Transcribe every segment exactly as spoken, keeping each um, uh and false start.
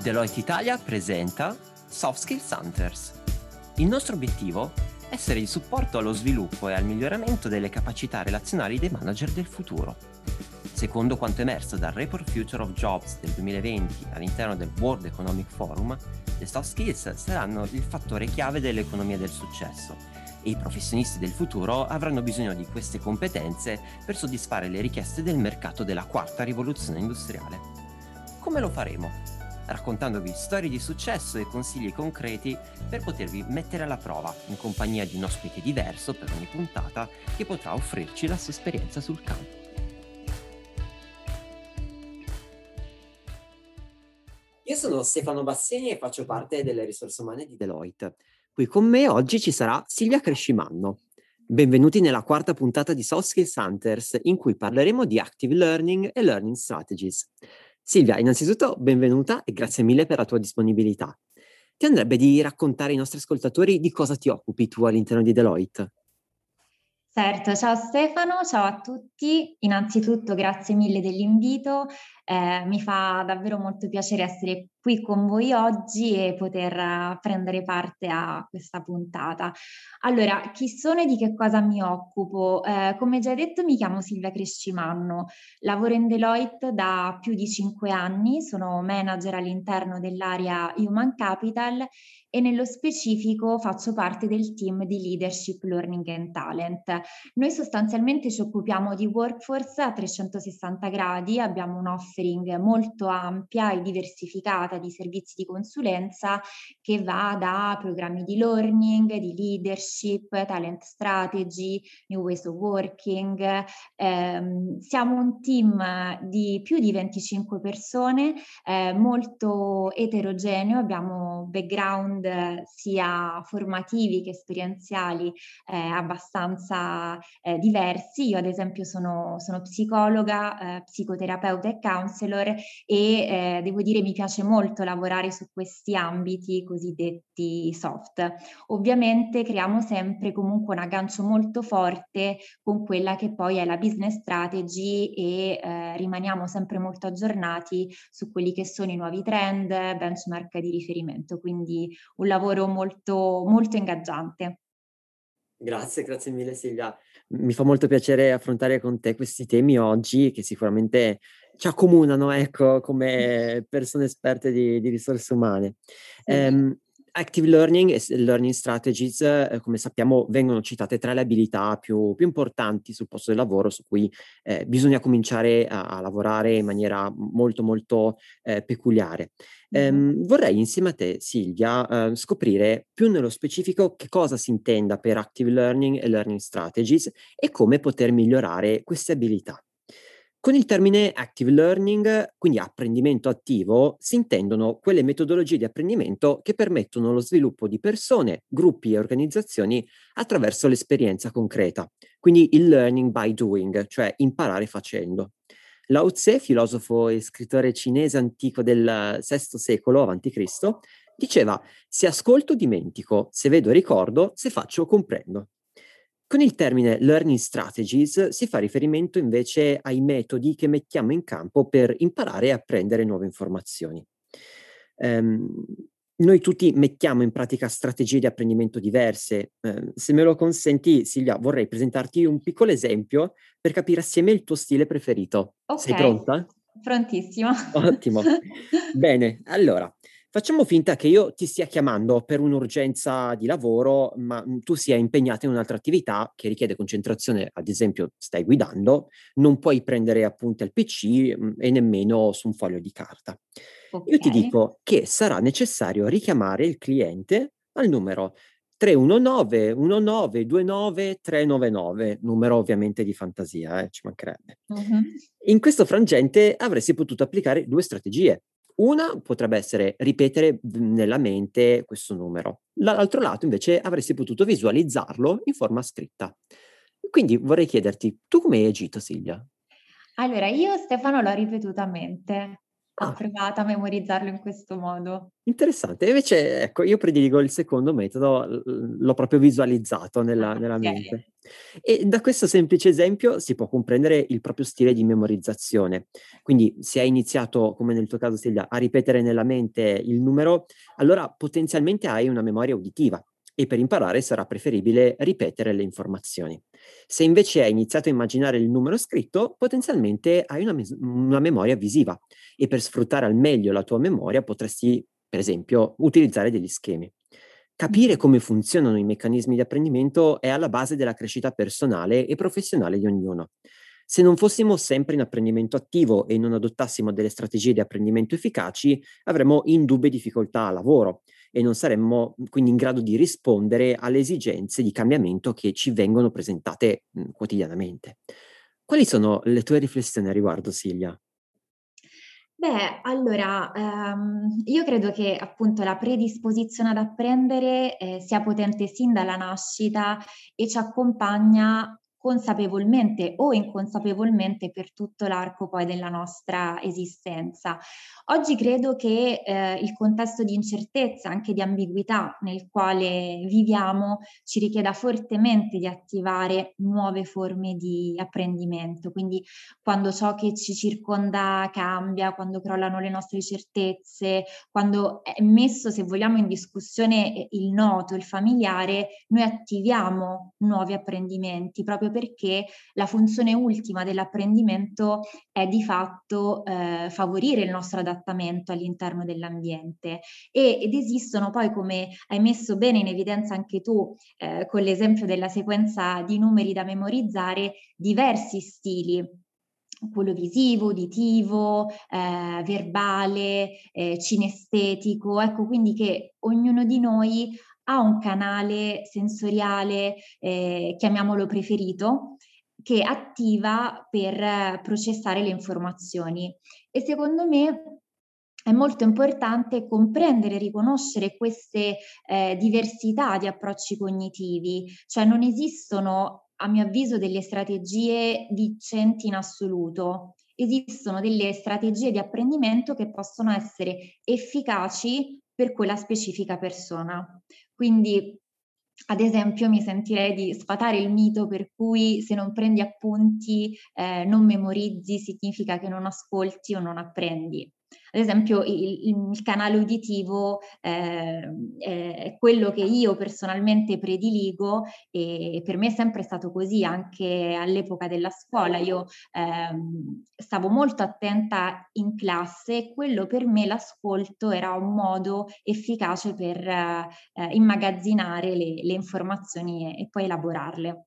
Deloitte Italia presenta Soft Skills Hunters. Il nostro obiettivo è essere di supporto allo sviluppo e al miglioramento delle capacità relazionali dei manager del futuro. Secondo quanto emerso dal Report Future of Jobs del duemilaventi all'interno del World Economic Forum, le soft skills saranno il fattore chiave dell'economia del successo e i professionisti del futuro avranno bisogno di queste competenze per soddisfare le richieste del mercato della quarta rivoluzione industriale. Come lo faremo? Raccontandovi storie di successo e consigli concreti per potervi mettere alla prova in compagnia di un ospite diverso per ogni puntata che potrà offrirci la sua esperienza sul campo. Io sono Stefano Basseni e faccio parte delle risorse umane di Deloitte. Qui con me oggi ci sarà Silvia Crescimanno. Benvenuti nella quarta puntata di Soft Skills Hunters, in cui parleremo di Active Learning e Learning Strategies. Silvia, innanzitutto benvenuta e grazie mille per la tua disponibilità. Ti andrebbe di raccontare ai nostri ascoltatori di cosa ti occupi tu all'interno di Deloitte? Certo, ciao Stefano, ciao a tutti. Innanzitutto grazie mille dell'invito, eh, mi fa davvero molto piacere essere qui con voi oggi e poter uh, prendere parte a questa puntata. Allora, chi sono e di che cosa mi occupo? Eh, come già detto, mi chiamo Silvia Crescimanno, lavoro in Deloitte da più di cinque anni, sono manager all'interno dell'area Human Capital e nello specifico faccio parte del team di Leadership, Learning and Talent. Noi sostanzialmente ci occupiamo di workforce a trecentosessanta gradi, abbiamo un offering molto ampia e diversificata di servizi di consulenza che va da programmi di learning, di leadership, talent strategy, new ways of working. Eh, siamo un team di più di venticinque persone, eh, molto eterogeneo, abbiamo background sia formativi che esperienziali eh, abbastanza eh, diversi. Io ad esempio sono, sono psicologa, eh, psicoterapeuta e counselor e eh, devo dire mi piace molto lavorare su questi ambiti cosiddetti soft. Ovviamente creiamo sempre comunque un aggancio molto forte con quella che poi è la business strategy e eh, rimaniamo sempre molto aggiornati su quelli che sono i nuovi trend, benchmark di riferimento, quindi un lavoro molto, molto ingaggiante. Grazie, grazie mille Silvia. Mi fa molto piacere affrontare con te questi temi oggi che sicuramente ci accomunano, ecco, come persone esperte di, di risorse umane. Sì. Um, Active Learning e Learning Strategies, eh, come sappiamo, vengono citate tra le abilità più, più importanti sul posto del lavoro su cui eh, bisogna cominciare a, a lavorare in maniera molto, molto eh, peculiare. Um, vorrei insieme a te, Silvia, uh, scoprire più nello specifico che cosa si intenda per Active Learning e Learning Strategies e come poter migliorare queste abilità. Con il termine Active Learning, quindi apprendimento attivo, si intendono quelle metodologie di apprendimento che permettono lo sviluppo di persone, gruppi e organizzazioni attraverso l'esperienza concreta, quindi il learning by doing, cioè imparare facendo. Lao Tse, filosofo e scrittore cinese antico del sesto secolo avanti Cristo, diceva: se ascolto dimentico, se vedo ricordo, se faccio comprendo. Con il termine learning strategies si fa riferimento invece ai metodi che mettiamo in campo per imparare e apprendere nuove informazioni. Um, noi tutti mettiamo in pratica strategie di apprendimento diverse. Eh, se me lo consenti, Silvia, vorrei presentarti un piccolo esempio per capire assieme il tuo stile preferito. Ok, sei pronta? prontissima. Ottimo. Bene, allora, facciamo finta che io ti stia chiamando per un'urgenza di lavoro, ma tu sia impegnata in un'altra attività che richiede concentrazione, ad esempio stai guidando, non puoi prendere appunti al P C mh, e nemmeno su un foglio di carta. Okay. Io ti dico che sarà necessario richiamare il cliente al numero tre uno nove uno nove due nove tre nove nove, numero ovviamente di fantasia, eh, ci mancherebbe. Mh-mh. In questo frangente avresti potuto applicare due strategie. Una potrebbe essere ripetere nella mente questo numero. Dall'altro lato invece avresti potuto visualizzarlo in forma scritta. Quindi vorrei chiederti, tu come hai agito, Silvia? Allora io Stefano l'ho ripetuta a mente. ho Ah, provato a memorizzarlo in questo modo. interessante. E invece, ecco, io prediligo il secondo metodo, l l l'ho proprio visualizzato nella Ah, nella okay. mente. E da questo semplice esempio si può comprendere il proprio stile di memorizzazione. Quindi se hai iniziato, come nel tuo caso Silvia, a ripetere nella mente il numero, allora potenzialmente hai una memoria uditiva e per imparare sarà preferibile ripetere le informazioni. Se invece hai iniziato a immaginare il numero scritto, potenzialmente hai una mes una memoria visiva e per sfruttare al meglio la tua memoria potresti, per esempio, utilizzare degli schemi. Capire Mh-mh. come funzionano i meccanismi di apprendimento è alla base della crescita personale e professionale di ognuno. Se non fossimo sempre in apprendimento attivo e non adottassimo delle strategie di apprendimento efficaci, avremmo indubbie difficoltà a lavoro e non saremmo quindi in grado di rispondere alle esigenze di cambiamento che ci vengono presentate mh, quotidianamente. Quali sono le tue riflessioni a riguardo, Silvia? Beh, allora, ehm, io credo che appunto la predisposizione ad apprendere, ehm, sia potente sin dalla nascita e ci accompagna consapevolmente o inconsapevolmente per tutto l'arco poi della nostra esistenza. Oggi credo che, ehm, il contesto di incertezza, anche di ambiguità nel quale viviamo, ci richieda fortemente di attivare nuove forme di apprendimento. Quindi quando ciò che ci circonda cambia, quando crollano le nostre certezze, quando è messo, se vogliamo, in discussione eh, il noto, il familiare, noi attiviamo nuovi apprendimenti, proprio perché la funzione ultima dell'apprendimento è di fatto eh, favorire il nostro adattamento all'interno dell'ambiente. E, ed esistono poi, come hai messo bene in evidenza anche tu, eh, con l'esempio della sequenza di numeri da memorizzare, diversi stili, quello visivo, uditivo, ehm, verbale, ehm, cinestetico, ecco quindi che ognuno di noi ha un canale sensoriale, ehm, chiamiamolo preferito, che attiva per eh, processare le informazioni. E secondo me è molto importante comprendere e riconoscere queste, ehm, diversità di approcci cognitivi, cioè non esistono, a mio avviso, delle strategie vincenti in assoluto. Esistono delle strategie di apprendimento che possono essere efficaci per quella specifica persona. Quindi, ad esempio, mi sentirei di sfatare il mito per cui se non prendi appunti, ehm, non memorizzi, significa che non ascolti o non apprendi. Ad esempio il il il canale uditivo, ehm, è è quello che io personalmente prediligo e per me è sempre stato così, anche all'epoca della scuola. Io, ehm, stavo molto attenta in classe e quello per me l'ascolto era un modo efficace per, ehm, immagazzinare le le informazioni e e poi elaborarle.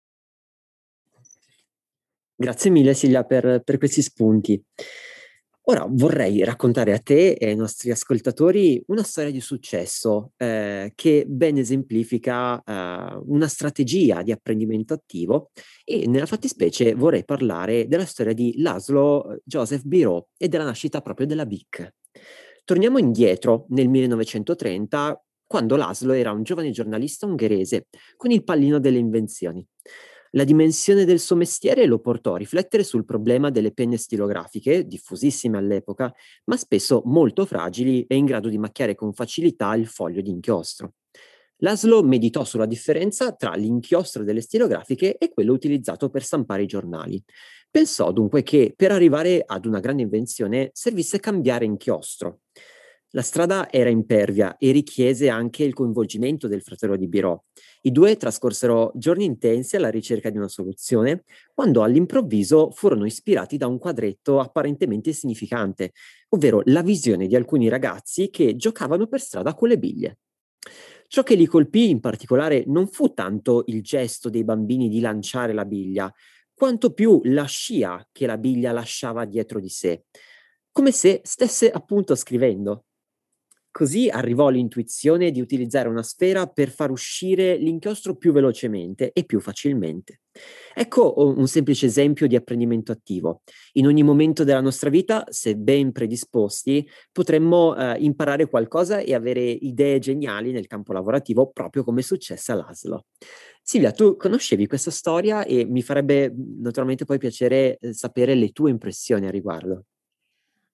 Grazie mille Silvia per per questi spunti. Ora vorrei raccontare a te e ai nostri ascoltatori una storia di successo, ehm, che ben esemplifica, ehm, una strategia di apprendimento attivo e nella fattispecie vorrei parlare della storia di Laszlo eh, Joseph Biró e della nascita proprio della B I C. Torniamo indietro nel millenovecentotrenta, quando Laszlo era un giovane giornalista ungherese con il pallino delle invenzioni. La dimensione del suo mestiere lo portò a riflettere sul problema delle penne stilografiche, diffusissime all'epoca, ma spesso molto fragili e in grado di macchiare con facilità il foglio di inchiostro. Laszlo meditò sulla differenza tra l'inchiostro delle stilografiche e quello utilizzato per stampare i giornali. Pensò dunque che per arrivare ad una grande invenzione servisse cambiare inchiostro. La strada era impervia e richiese anche il coinvolgimento del fratello di Birò. I due trascorsero giorni intensi alla ricerca di una soluzione, quando all'improvviso furono ispirati da un quadretto apparentemente insignificante, ovvero la visione di alcuni ragazzi che giocavano per strada con le biglie. Ciò che li colpì in particolare non fu tanto il gesto dei bambini di lanciare la biglia, quanto più la scia che la biglia lasciava dietro di sé, come se stesse appunto scrivendo. Così arrivò l'intuizione di utilizzare una sfera per far uscire l'inchiostro più velocemente e più facilmente. Ecco o- un semplice esempio di apprendimento attivo. In ogni momento della nostra vita, se ben predisposti, potremmo eh, imparare qualcosa e avere idee geniali nel campo lavorativo, proprio come è successo a Laszlo. Silvia, tu conoscevi questa storia e mi farebbe mh, naturalmente poi piacere eh, sapere le tue impressioni a riguardo.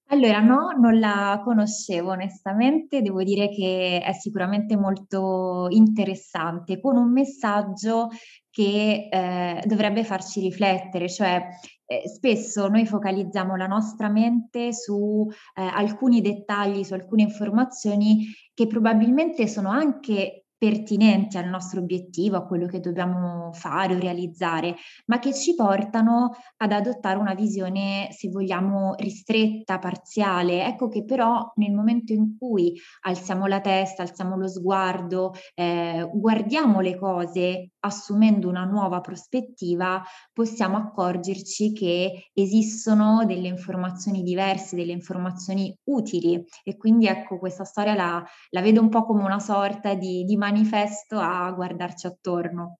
Allora no, non la conoscevo onestamente, devo dire che è sicuramente molto interessante, con un messaggio che, ehm, dovrebbe farci riflettere, cioè, ehm, spesso noi focalizziamo la nostra mente su, ehm, alcuni dettagli, su alcune informazioni che probabilmente sono anche pertinenti al nostro obiettivo, a quello che dobbiamo fare o realizzare, ma che ci portano ad adottare una visione, se vogliamo, ristretta, parziale. Ecco che però nel momento in cui alziamo la testa, alziamo lo sguardo, ehm, guardiamo le cose assumendo una nuova prospettiva, possiamo accorgerci che esistono delle informazioni diverse, delle informazioni utili e quindi ecco questa storia la la vedo un po' come una sorta di di manifesto a guardarci attorno.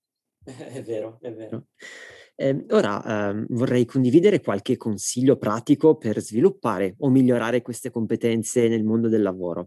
È vero, è vero. Ehm, ora, ehm, vorrei condividere qualche consiglio pratico per sviluppare o migliorare queste competenze nel mondo del lavoro.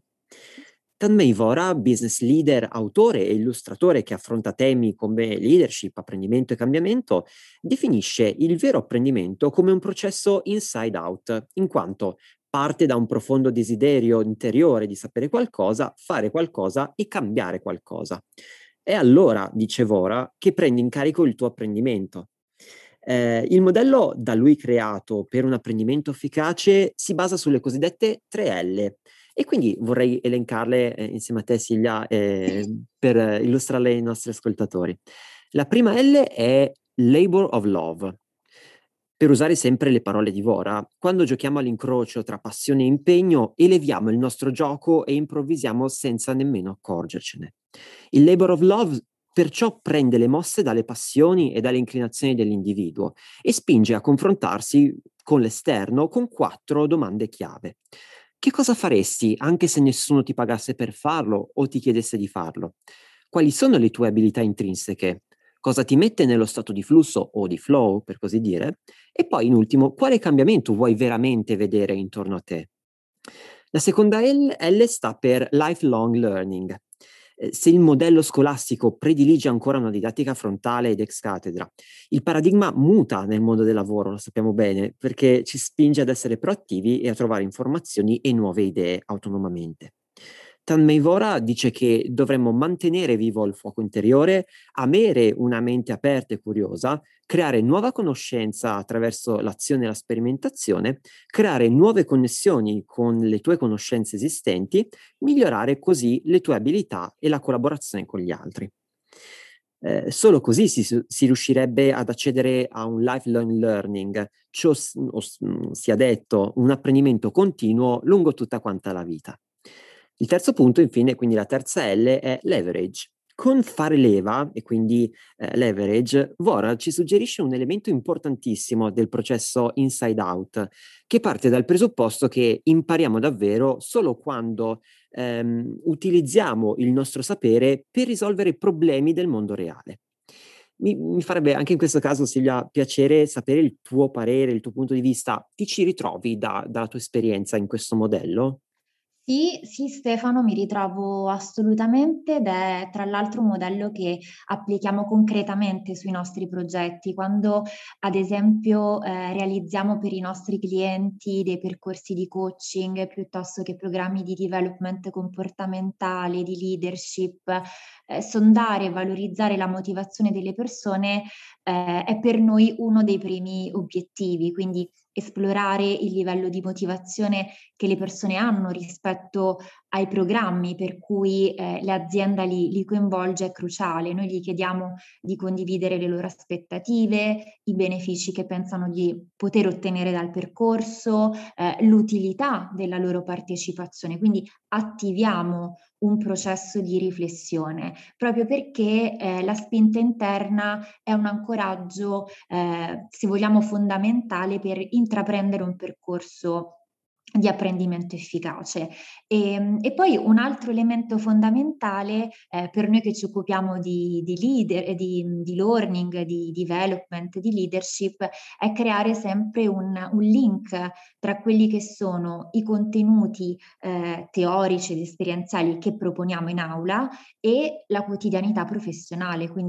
Tanmay Vora, business leader, autore e illustratore che affronta temi come leadership, apprendimento e cambiamento, definisce il vero apprendimento come un processo inside out, in quanto parte da un profondo desiderio interiore di sapere qualcosa, fare qualcosa e cambiare qualcosa. È allora, dice Vora, che prendi in carico il tuo apprendimento. Eh, il modello da lui creato per un apprendimento efficace si basa sulle cosiddette tre L e quindi vorrei elencarle eh, insieme a te Silvia eh, per eh, illustrarle ai nostri ascoltatori. La prima L è Labor of Love. Per usare sempre le parole di Vora, quando giochiamo all'incrocio tra passione e impegno, eleviamo il nostro gioco e improvvisiamo senza nemmeno accorgercene. Il labor of love perciò prende le mosse dalle passioni e dalle inclinazioni dell'individuo e spinge a confrontarsi con l'esterno con quattro domande chiave. Che cosa faresti anche se nessuno ti pagasse per farlo o ti chiedesse di farlo? Quali sono le tue abilità intrinseche? Cosa ti mette nello stato di flusso o di flow, per così dire? E poi, in ultimo, quale cambiamento vuoi veramente vedere intorno a te? La seconda L, L sta per lifelong learning. Eh, Se il modello scolastico predilige ancora una didattica frontale ed ex cattedra, il paradigma muta nel mondo del lavoro, lo sappiamo bene, perché ci spinge ad essere proattivi e a trovare informazioni e nuove idee autonomamente. Tanmay Vora dice che dovremmo mantenere vivo il fuoco interiore, avere una mente aperta e curiosa, creare nuova conoscenza attraverso l'azione e la sperimentazione, creare nuove connessioni con le tue conoscenze esistenti, migliorare così le tue abilità e la collaborazione con gli altri. Eh, solo così si, si riuscirebbe ad accedere a un lifelong learning, ciò sia detto un apprendimento continuo lungo tutta quanta la vita. Il terzo punto, infine, quindi la terza L, è leverage. Con fare leva, e quindi eh, leverage, Vora ci suggerisce un elemento importantissimo del processo inside out, che parte dal presupposto che impariamo davvero solo quando ehm, utilizziamo il nostro sapere per risolvere problemi del mondo reale. Mi, mi farebbe anche in questo caso, Silvia, piacere sapere il tuo parere, il tuo punto di vista. Ti ci ritrovi da- dalla tua esperienza in questo modello? Sì, sì Stefano, mi ritrovo assolutamente ed è tra l'altro un modello che applichiamo concretamente sui nostri progetti. Quando ad esempio eh, realizziamo per i nostri clienti dei percorsi di coaching piuttosto che programmi di development comportamentale, di leadership, eh, sondare e valorizzare la motivazione delle persone eh, è per noi uno dei primi obiettivi, quindi esplorare il livello di motivazione che le persone hanno rispetto ai programmi per cui eh, l'azienda li, li coinvolge è cruciale. Noi gli chiediamo di condividere le loro aspettative, i benefici che pensano di poter ottenere dal percorso, eh, l'utilità della loro partecipazione. Quindi attiviamo un processo di riflessione proprio perché eh, la spinta interna è un ancoraggio, eh, se vogliamo, fondamentale per intraprendere un percorso di apprendimento efficace. E, e poi un altro elemento fondamentale eh, per noi che ci occupiamo di, di leader, di, di learning, di development, di leadership, è creare sempre un, un link tra quelli che sono i contenuti eh, teorici ed esperienziali che proponiamo in aula e la quotidianità professionale, quindi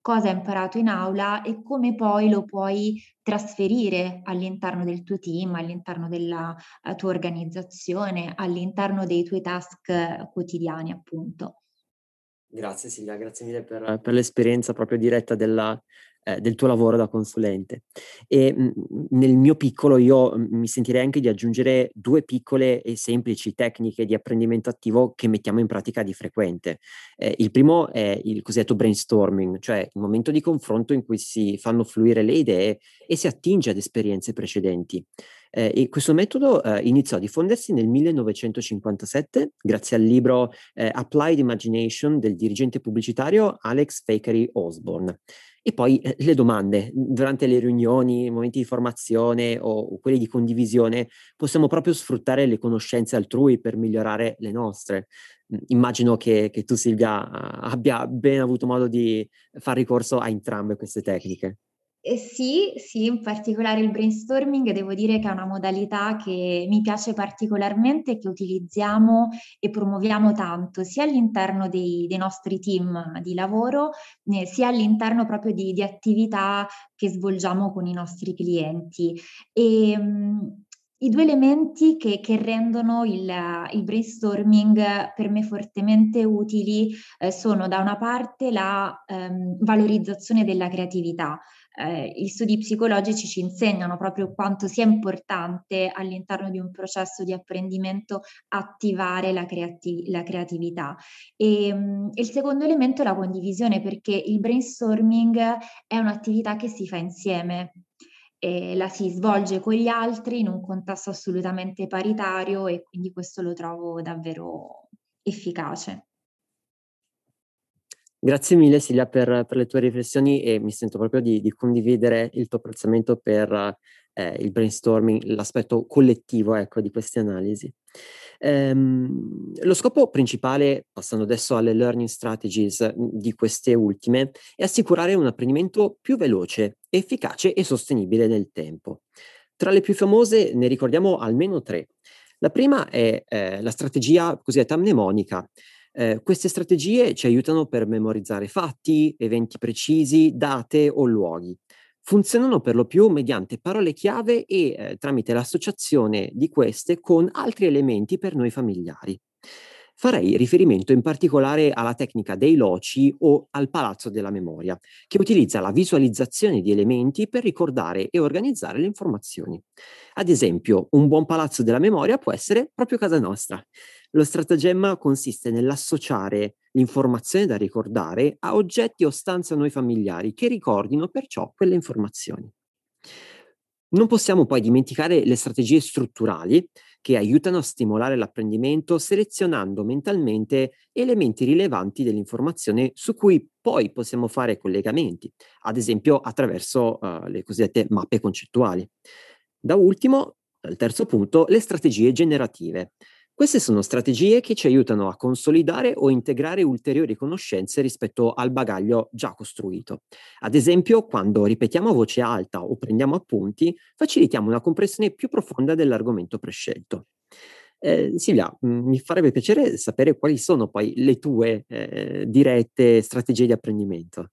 cosa hai imparato in aula e come poi lo puoi trasferire all'interno del tuo team, all'interno della uh, tua organizzazione, all'interno dei tuoi task eh, quotidiani, appunto. Grazie Silvia, grazie mille per, per l'esperienza proprio diretta della, eh, del tuo lavoro da consulente. E mh, nel mio piccolo io mh, mi sentirei anche di aggiungere due piccole e semplici tecniche di apprendimento attivo che mettiamo in pratica di frequente. Eh, il primo è il cosiddetto brainstorming, cioè il momento di confronto in cui si fanno fluire le idee e si attinge ad esperienze precedenti. Eh, e questo metodo eh, iniziò a diffondersi nel millenovecentocinquantasette grazie al libro eh, Applied Imagination del dirigente pubblicitario Alex Fakery Osborne. E poi eh, le domande. Durante le riunioni, i momenti di formazione o, o quelli di condivisione, possiamo proprio sfruttare le conoscenze altrui per migliorare le nostre. Mm, Immagino che, che tu, Silvia, abbia ben avuto modo di far ricorso a entrambe queste tecniche. Eh sì, sì, in particolare il brainstorming devo dire che è una modalità che mi piace particolarmente e che utilizziamo e promuoviamo tanto, sia all'interno dei, dei nostri team di lavoro, eh, sia all'interno proprio di, di attività che svolgiamo con i nostri clienti. E, mh, i due elementi che, che rendono il, il brainstorming per me fortemente utili, eh, sono da una parte la ehm, valorizzazione della creatività. Eh, gli studi psicologici ci insegnano proprio quanto sia importante all'interno di un processo di apprendimento attivare la, creati- la creatività. E, mh, il secondo elemento è la condivisione, perché il brainstorming è un'attività che si fa insieme. E la si svolge con gli altri in un contesto assolutamente paritario e quindi questo lo trovo davvero efficace. Grazie mille Silvia per, per le tue riflessioni e mi sento proprio di, di condividere il tuo apprezzamento per eh, il brainstorming, l'aspetto collettivo, ecco, di queste analisi. Ehm, lo scopo principale, passando adesso alle learning strategies mh, di queste ultime, è assicurare un apprendimento più veloce, efficace e sostenibile nel tempo. Tra le più famose ne ricordiamo almeno tre. La prima è eh, la strategia cosiddetta mnemonica. Eh, queste strategie ci aiutano per memorizzare fatti, eventi precisi, date o luoghi. Funzionano per lo più mediante parole chiave e eh, tramite l'associazione di queste con altri elementi per noi familiari. Farei riferimento in particolare alla tecnica dei loci o al palazzo della memoria, che utilizza la visualizzazione di elementi per ricordare e organizzare le informazioni. Ad esempio, un buon palazzo della memoria può essere proprio casa nostra. Lo stratagemma consiste nell'associare l'informazione da ricordare a oggetti o stanze a noi familiari che ricordino perciò quelle informazioni. Non possiamo poi dimenticare le strategie strutturali che aiutano a stimolare l'apprendimento selezionando mentalmente elementi rilevanti dell'informazione su cui poi possiamo fare collegamenti, ad esempio attraverso uh, le cosiddette mappe concettuali. Da ultimo, il terzo punto, le strategie generative. Queste sono strategie che ci aiutano a consolidare o integrare ulteriori conoscenze rispetto al bagaglio già costruito. Ad esempio, quando ripetiamo a voce alta o prendiamo appunti, facilitiamo una comprensione più profonda dell'argomento prescelto. Eh, Silvia, mh, mi farebbe piacere sapere quali sono poi le tue eh, dirette strategie di apprendimento.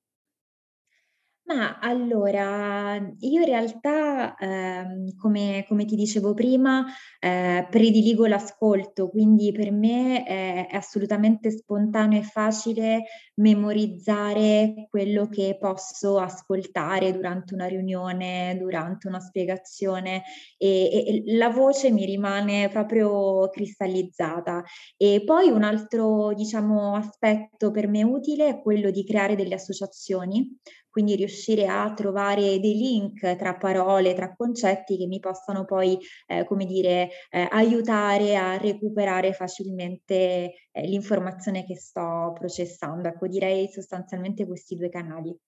Ma allora, io in realtà, ehm, come come ti dicevo prima, ehm, prediligo l'ascolto, quindi per me è è assolutamente spontaneo e facile memorizzare quello che posso ascoltare durante una riunione, durante una spiegazione e e e la voce mi rimane proprio cristallizzata. E poi un altro, diciamo, aspetto per me utile è quello di creare delle associazioni, quindi riuscire a trovare dei link tra parole, tra concetti che mi possano poi, ehm, come dire, ehm, aiutare a recuperare facilmente, ehm, l'informazione che sto processando. Ecco, direi sostanzialmente questi due canali.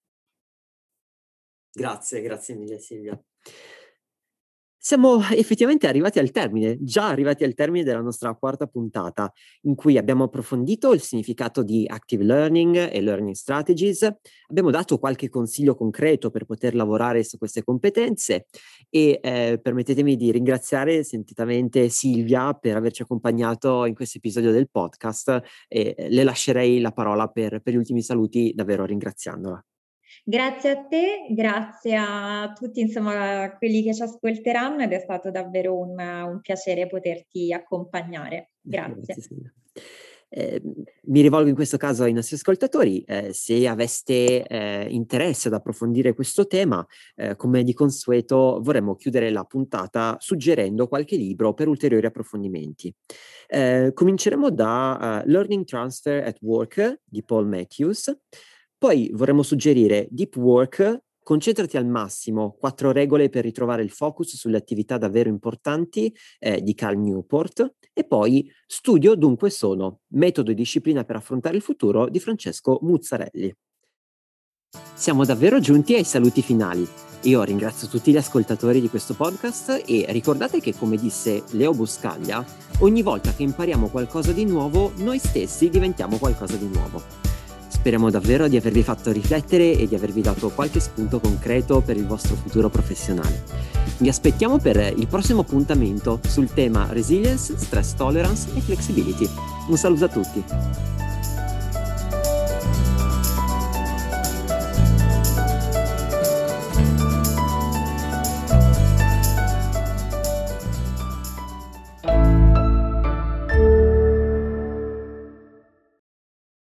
Grazie, grazie mille Silvia. Siamo effettivamente arrivati al termine, già arrivati al termine della nostra quarta puntata, in cui abbiamo approfondito il significato di active learning e learning strategies, abbiamo dato qualche consiglio concreto per poter lavorare su queste competenze e eh, permettetemi di ringraziare sentitamente Silvia per averci accompagnato in questo episodio del podcast e eh, le lascerei la parola per, per gli ultimi saluti, davvero ringraziandola. Grazie a te, grazie a tutti, insomma, quelli che ci ascolteranno, ed è stato davvero un, un piacere poterti accompagnare. Grazie Grazie. Silvia. Eh, mi rivolgo in questo caso ai nostri ascoltatori, eh, se aveste eh, interesse ad approfondire questo tema, eh, come di consueto vorremmo chiudere la puntata suggerendo qualche libro per ulteriori approfondimenti. Eh, cominceremo da uh, Learning Transfer at Work di Paul Matthews, poi vorremmo suggerire Deep Work, concentrati al massimo, quattro regole per ritrovare il focus sulle attività davvero importanti eh, di Cal Newport, e poi Studio dunque sono, metodo e disciplina per affrontare il futuro di Francesco Muzzarelli. Siamo davvero giunti ai saluti finali. Io ringrazio tutti gli ascoltatori di questo podcast e ricordate che, come disse Leo Buscaglia, ogni volta che impariamo qualcosa di nuovo, noi stessi diventiamo qualcosa di nuovo. Speriamo davvero di avervi fatto riflettere e di avervi dato qualche spunto concreto per il vostro futuro professionale. Vi aspettiamo per il prossimo appuntamento sul tema Resilience, Stress Tolerance e Flexibility. Un saluto a tutti!